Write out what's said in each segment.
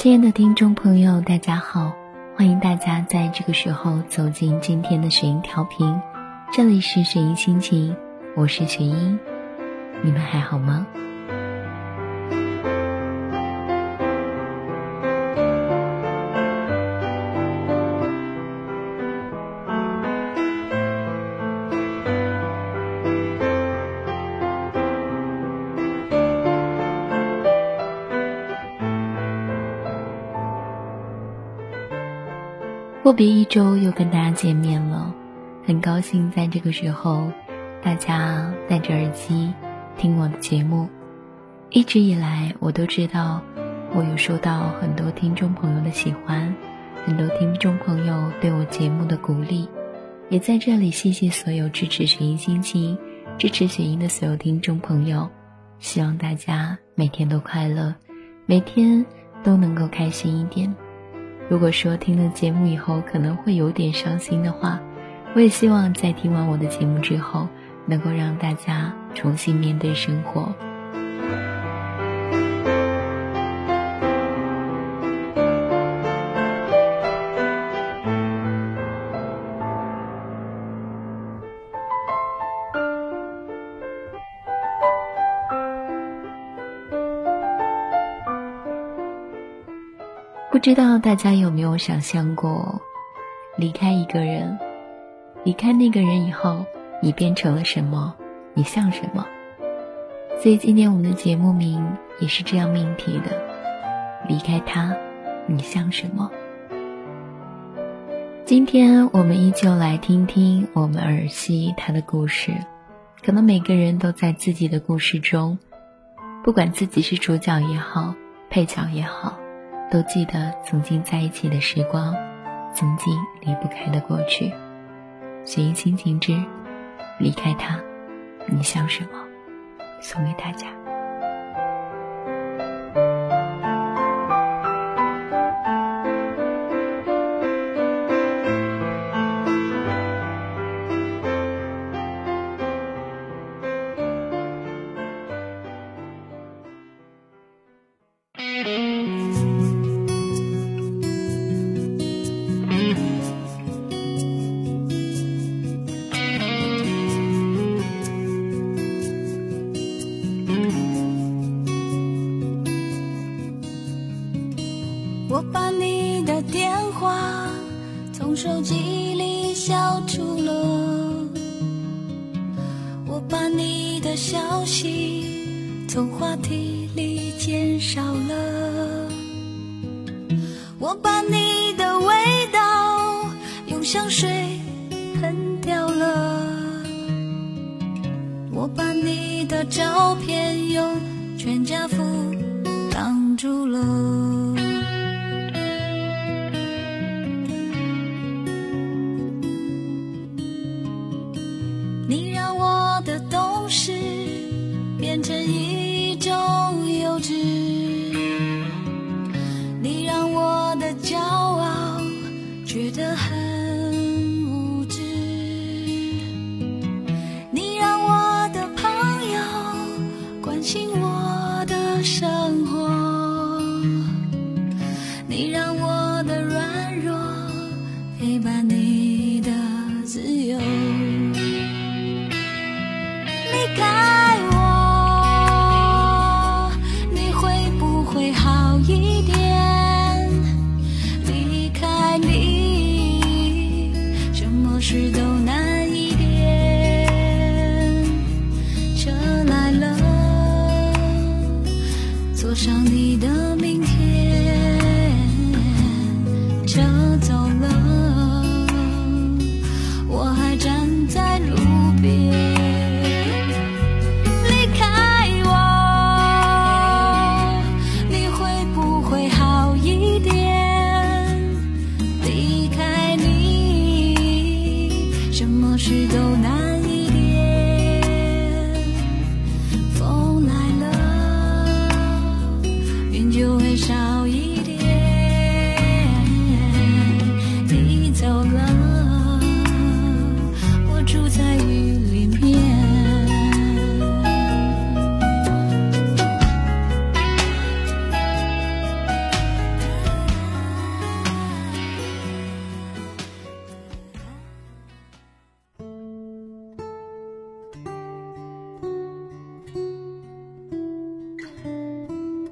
亲爱的听众朋友，大家好，欢迎大家在这个时候走进今天的雪音调频，这里是雪音心情，我是雪音，你们还好吗？阔别一周又跟大家见面了，很高兴在这个时候大家戴着耳机听我的节目。一直以来我都知道我有收到很多听众朋友的喜欢，很多听众朋友对我节目的鼓励，也在这里谢谢所有支持雪音心情支持雪音的所有听众朋友，希望大家每天都快乐，每天都能够开心一点。如果说听了节目以后可能会有点伤心的话，我也希望在听完我的节目之后能够让大家重新面对生活。不知道大家有没有想象过，离开一个人，离开那个人以后，你变成了什么，你像什么？所以今天我们的节目名也是这样命题的，离开他，你像什么？今天我们依旧来听听我们儿媳她的故事。可能每个人都在自己的故事中，不管自己是主角也好，配角也好，都记得曾经在一起的时光，曾经离不开的过去。雪音心情之离开他，你像什么？送给大家。 我把你的电话从手机里消除了，我把你的消息从话题里减少了，我把你的味道用香水喷掉了，我把你的照片用全家福挡住了。你让我的懂事变成一种幼稚，你让我的骄傲觉得很无知，你让我的朋友关心我的生活，你让我的软弱陪伴你的自由。离开我，你会不会好一点？离开你，什么事都难一点。车来了，坐上你的明天。车走了，我还站在路边。事都难一点，风来了，云就会少一点。你走了，我住在雨里面。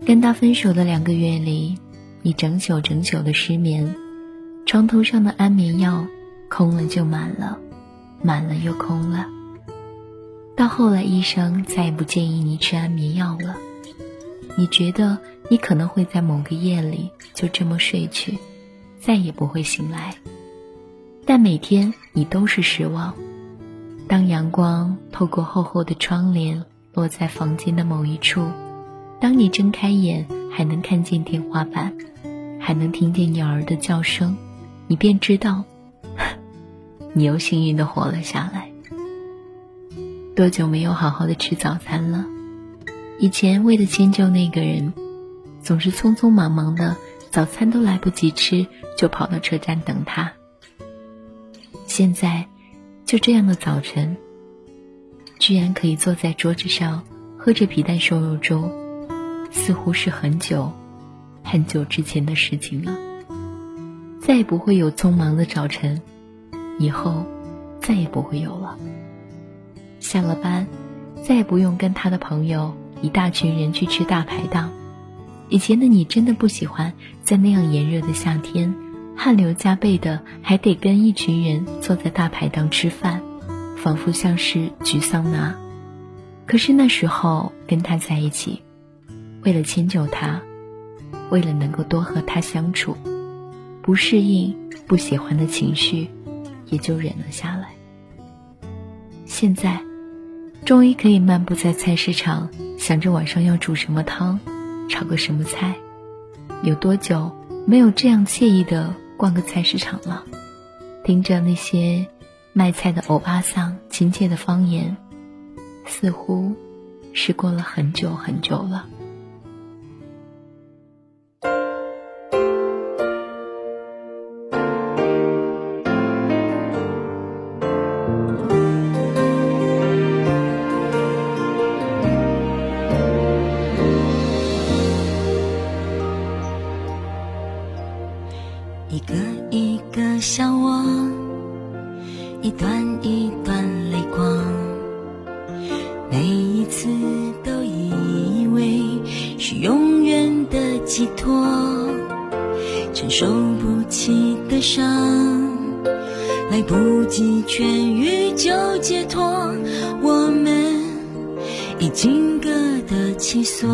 跟他分手的2个月里，你整宿的失眠，床头上的安眠药空了就满了，满了又空了。到后来医生再也不建议你吃安眠药了，你觉得你可能会在某个夜里就这么睡去，再也不会醒来。但每天你都是失望。当阳光透过厚厚的窗帘落在房间的某一处，当你睁开眼还能看见天花板，还能听见鸟儿的叫声，你便知道你又幸运地活了下来。多久没有好好的吃早餐了？以前为了迁就那个人，总是匆匆忙忙的，早餐都来不及吃就跑到车站等他。现在就这样的早晨，居然可以坐在桌子上喝着皮蛋瘦肉粥，似乎是很久很久之前的事情了。再也不会有匆忙的早晨，以后再也不会有了。下了班，再也不用跟他的朋友一大群人去吃大排档。以前的你真的不喜欢在那样炎热的夏天，汗流浃背的还得跟一群人坐在大排档吃饭，仿佛像是焗桑拿。可是那时候跟他在一起，为了迁就他，为了能够多和他相处，不适应不喜欢的情绪也就忍了下来。现在终于可以漫步在菜市场，想着晚上要煮什么汤，炒个什么菜。有多久没有这样惬意的逛个菜市场了？听着那些卖菜的欧巴桑亲切的方言，似乎是过了很久很久了。 一个一个笑我，一段一段泪光，每一次都以为是永远的寄托，承受不起的伤，来不及痊愈就解脱，我们已经各得其所。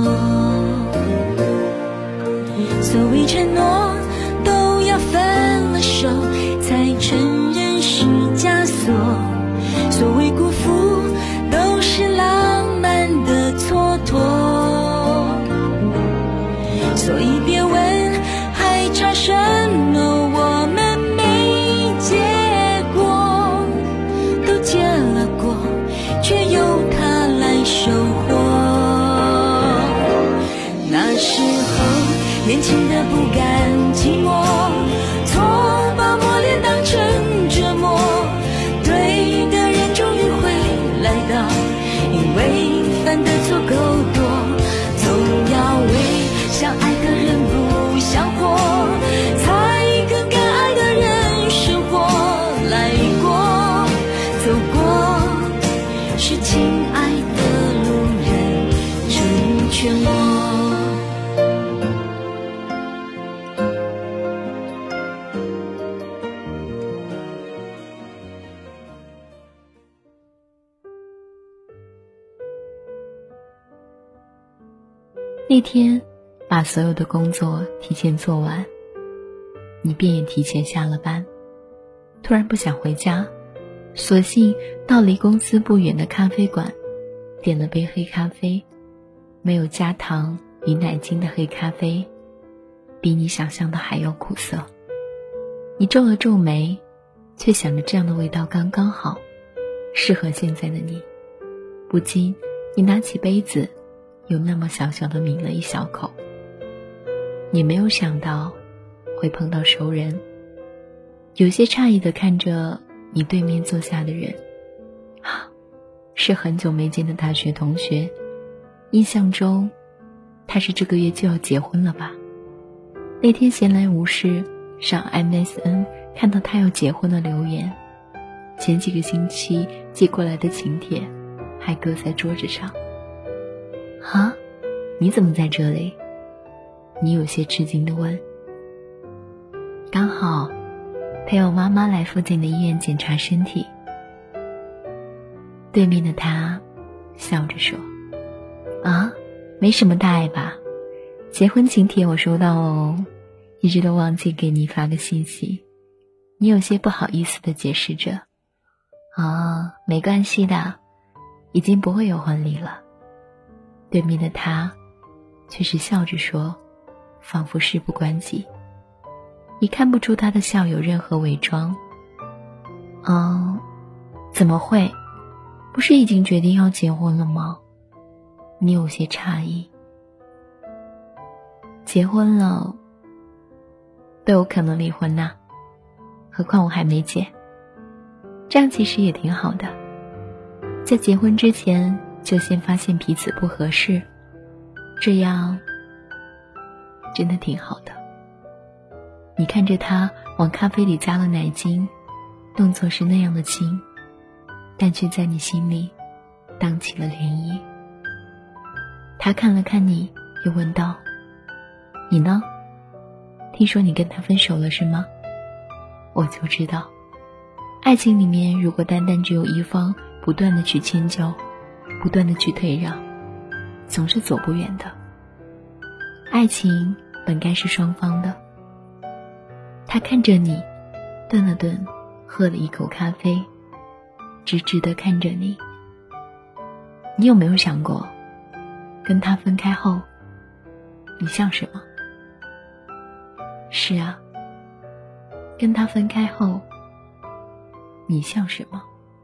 所谓承诺都要分了手才承认是枷锁，所谓辜负都是浪漫的蹉跎，所以别问还差什么，我们没结果，都结了果，却由它来收获。那时候年轻的不甘寂寞，错把磨练当成折磨，对的人终于会来到，因为犯的错够多，总要为相爱的人不想活，才跟敢爱的人生活来过，走过是亲爱的路人成全我。 那天把所有的工作提前做完，你便也提前下了班。突然不想回家，索性到离公司不远的咖啡馆，点了杯黑咖啡。没有加糖与奶精的黑咖啡，比你想象的还要苦涩。你皱了皱眉，却想着这样的味道刚刚好，适合现在的你。不禁你拿起杯子，又那么小小的抿了一小口。你没有想到会碰到熟人，有些诧异地看着你对面坐下的人，是很久没见的大学同学。印象中他是这个月就要结婚了吧。那天闲来无事上 MSN 看到他要结婚的留言，前几个星期寄过来的请帖还搁在桌子上。你怎么在这里？ 你有些吃惊地问。刚好陪我妈妈来附近的医院检查身体。对面的他笑着说，啊，没什么大碍吧，结婚请帖我收到了哦，一直都忘记给你发个信息。你有些不好意思地解释着，啊，没关系的，已经不会有婚礼了。对面的他却是笑着说，仿佛事不关己。你看不出他的笑有任何伪装。怎么会？不是已经决定要结婚了吗？你有些诧异。结婚了都有可能离婚呐，何况我还没结。这样其实也挺好的，在结婚之前就先发现彼此不合适，这样真的挺好的。你看着他往咖啡里加了奶精，动作是那样的轻，但却在你心里荡起了涟漪。他看了看你，又问道，你呢？听说你跟他分手了是吗？我就知道，爱情里面如果单单只有一方不断地去迁就，不断地去退让，总是走不远的。爱情本该是双方的。他看着你，顿了顿，喝了一口咖啡，直直地看着你。你有没有想过，跟他分开后，你像什么？是啊，跟他分开后，你像什么？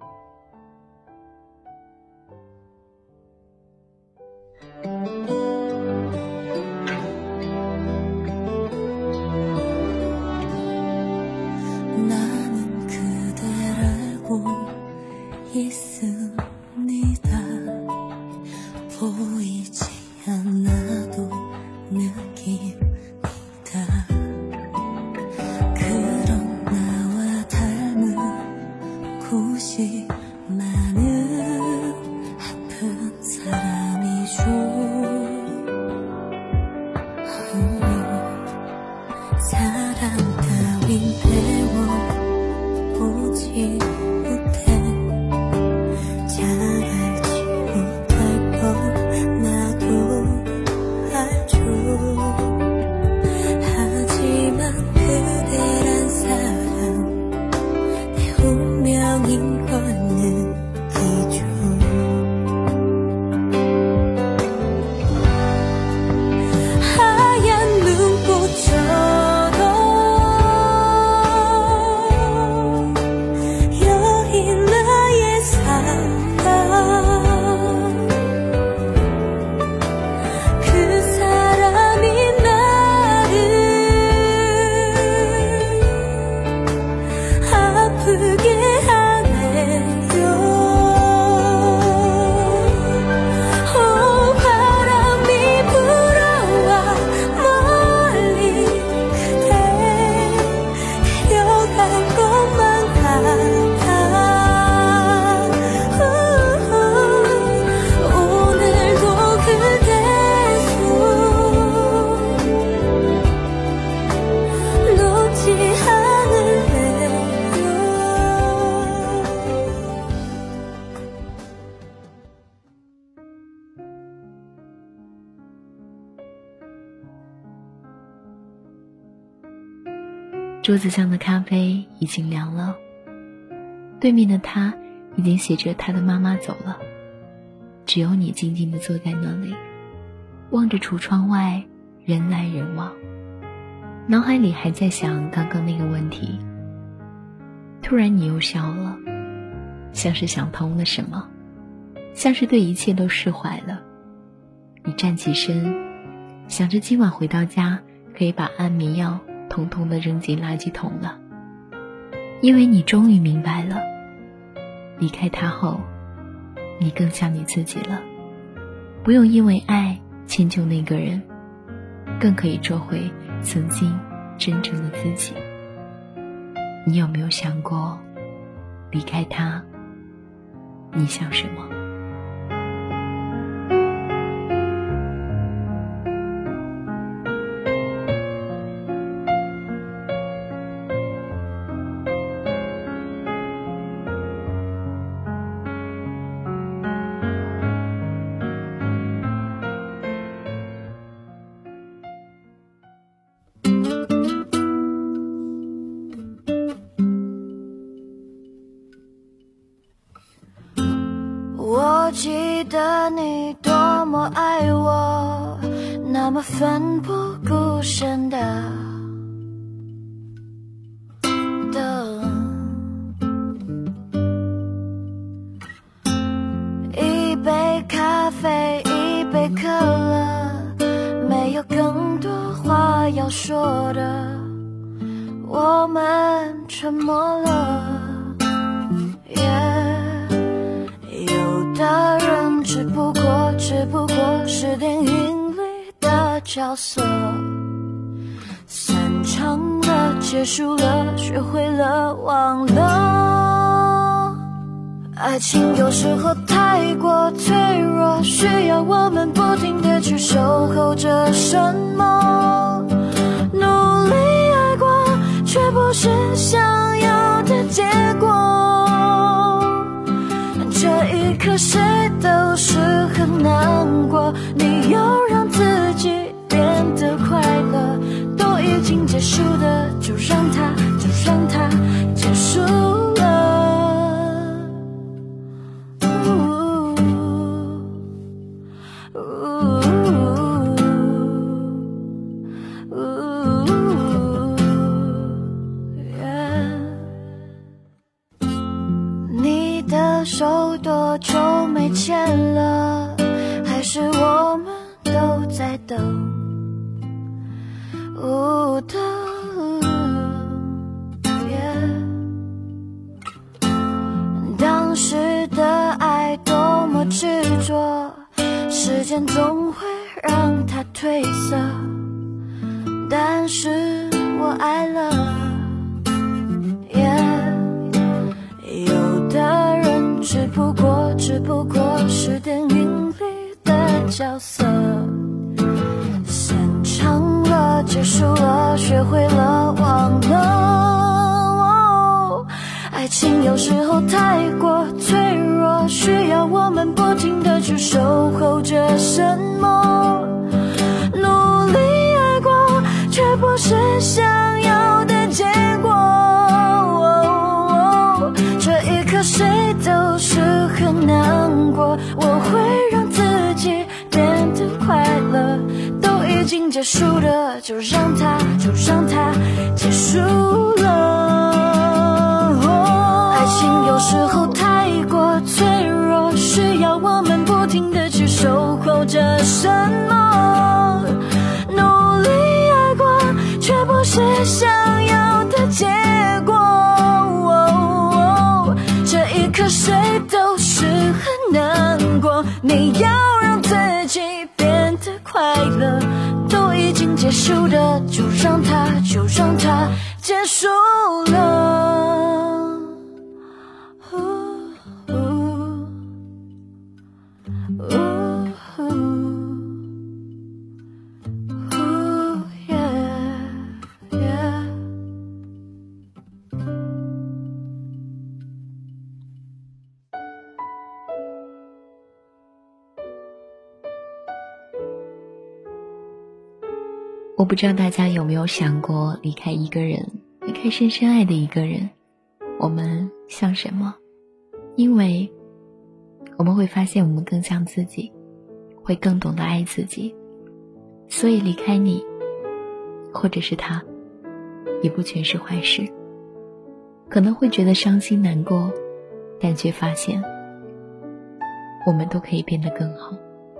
桌子上的咖啡已经凉了，对面的他已经携着他的妈妈走了，只有你静静地坐在那里，望着橱窗外人来人往，脑海里还在想刚刚那个问题。突然你又笑了，像是想通了什么，像是对一切都释怀了。你站起身，想着今晚回到家可以把安眠药统统地扔进垃圾桶了，因为你终于明白了，离开他后，你更像你自己了，不用因为爱迁就那个人，更可以做回曾经真正的自己。你有没有想过，离开他，你像什么？ 我记得你多么爱我，那么奋不顾身的一杯咖啡，一杯可乐，没有更多话要说的，我们沉默了。有的人只不过是电影里的角色，散场了，结束了，学会了忘了。爱情有时候太过脆弱，需要我们不停地去守候着什么，努力爱过，却不是想要的结果。这一刻谁都是很难过，你要让自己变得快乐，都已经结束的，就让它结束了。你的手多久没牵了？还是我们都在等？当时的爱多么执着，时间总会让它褪色，但是我爱了。有的人只不过是电影里的角色，散场了，结束了，学会了忘了。爱情有时候太过脆弱，需要我们不停地去守候着什么，努力爱过，却不是想要的结果。这一刻谁都是很难过，我会让自己变得快乐，都已经结束的，就让它结束了。爱情有时候太过脆弱，需要我们不停地去守候着什么，努力爱过，却不是想要的结果。这一刻谁都是很难过，你要让自己变得快乐，都已经结束的，就让它结束了。 我不知道大家有没有想过，离开一个人，离开深深爱的一个人，我们像什么？因为我们会发现我们更像自己，会更懂得爱自己，所以离开你或者是他也不全是坏事。可能会觉得伤心难过，但却发现我们都可以变得更好。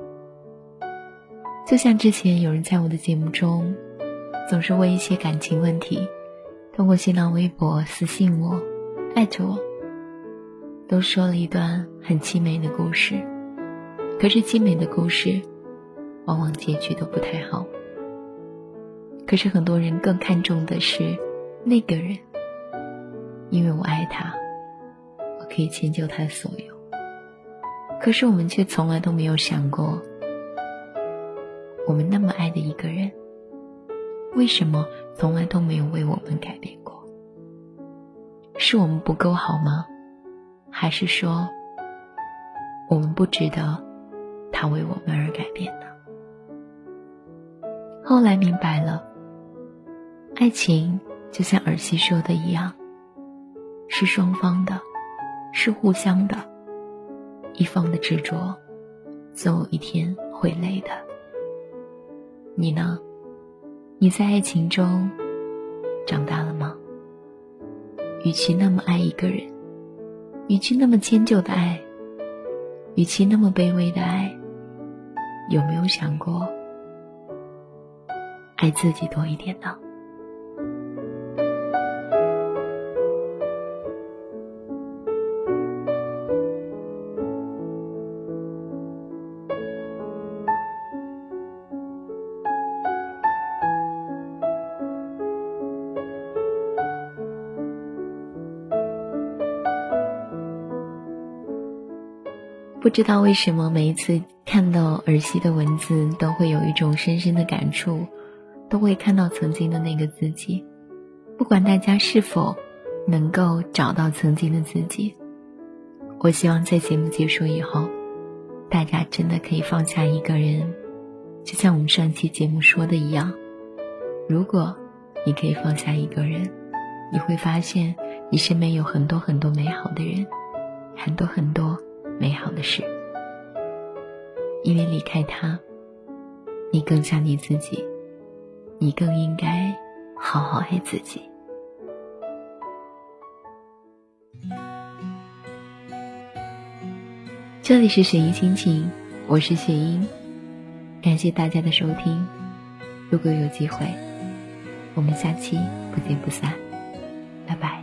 就像之前有人在我的节目中总是问一些感情问题，通过新浪微博私信我，艾特我，都说了一段很凄美的故事。可是凄美的故事往往结局都不太好，可是很多人更看重的是那个人，因为我爱他，我可以迁就他的所有。可是我们却从来都没有想过，我们那么爱的一个人，为什么从来都没有为我们改变过？是我们不够好吗？还是说我们不值得他为我们而改变呢？后来明白了，爱情就像儿媳说的一样，是双方的，是互相的。 一方的执着，总有一天会累的。你呢？你在爱情中长大了吗？与其那么爱一个人，与其那么迁就的爱，与其那么卑微的爱，有没有想过爱自己多一点呢？不知道为什么每一次看到儿媳的文字都会有一种深深的感触，都会看到曾经的那个自己。不管大家是否能够找到曾经的自己，我希望在节目结束以后，大家真的可以放下一个人，就像我们上期节目说的一样，如果你可以放下一个人，你会发现你身边有很多很多美好的人，很多很多美好的事。因为离开他，你更像你自己，你更应该好好爱自己。这里是雪音心情，我是雪音，感谢大家的收听。如果有机会，我们下期不见不散，拜拜。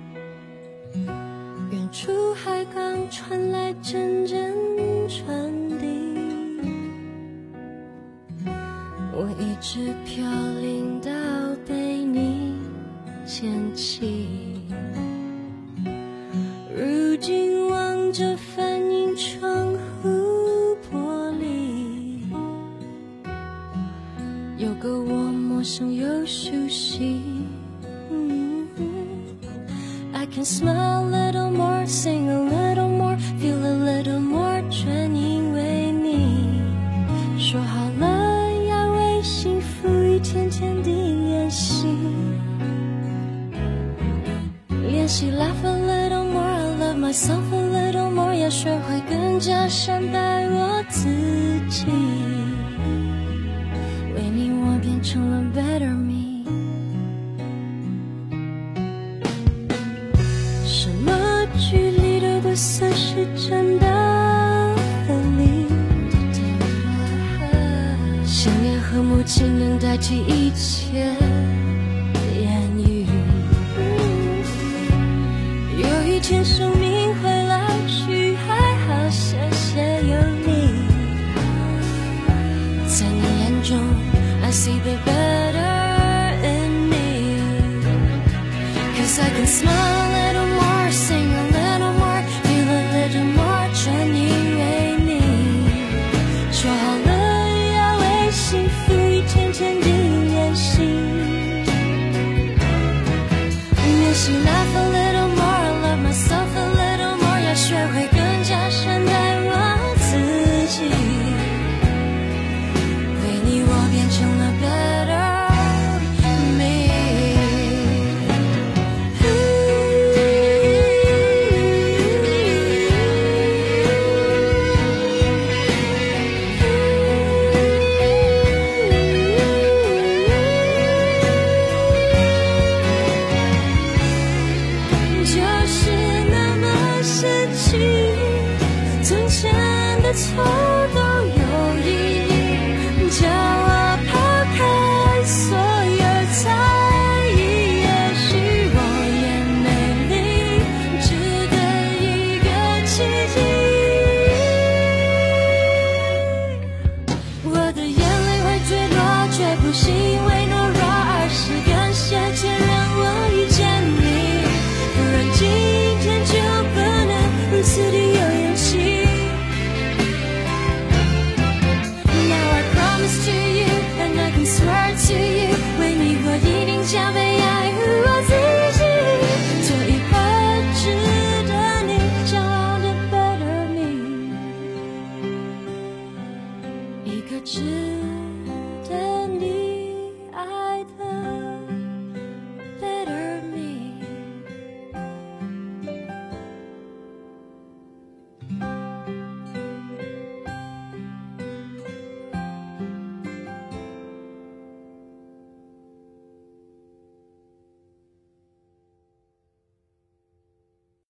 远处海港传来阵阵传递，我一直飘零到被你捡起，如今望着反映窗户玻璃，有个我陌生又熟悉。I can smile a little more, sing a little more, feel a little more， 全因为你。说好了要为幸福一天天地练习，练习 laugh a little more, I love myself a little more， 要学会更加善待我自己。为你我变成了 better me。距离都不算是真的分离，想念和默契能代替一切言语。有一天生命会老去，还好谢谢有你，在你眼中 I see the better in me， Cause I can smile a little more, sing a little more, feel a little more， 全因为你。说好了要为幸福一天天地练习，练习 laugh a little more, I love myself a little more， 要学会更加善待我自己。为你我变成了 better从前的错。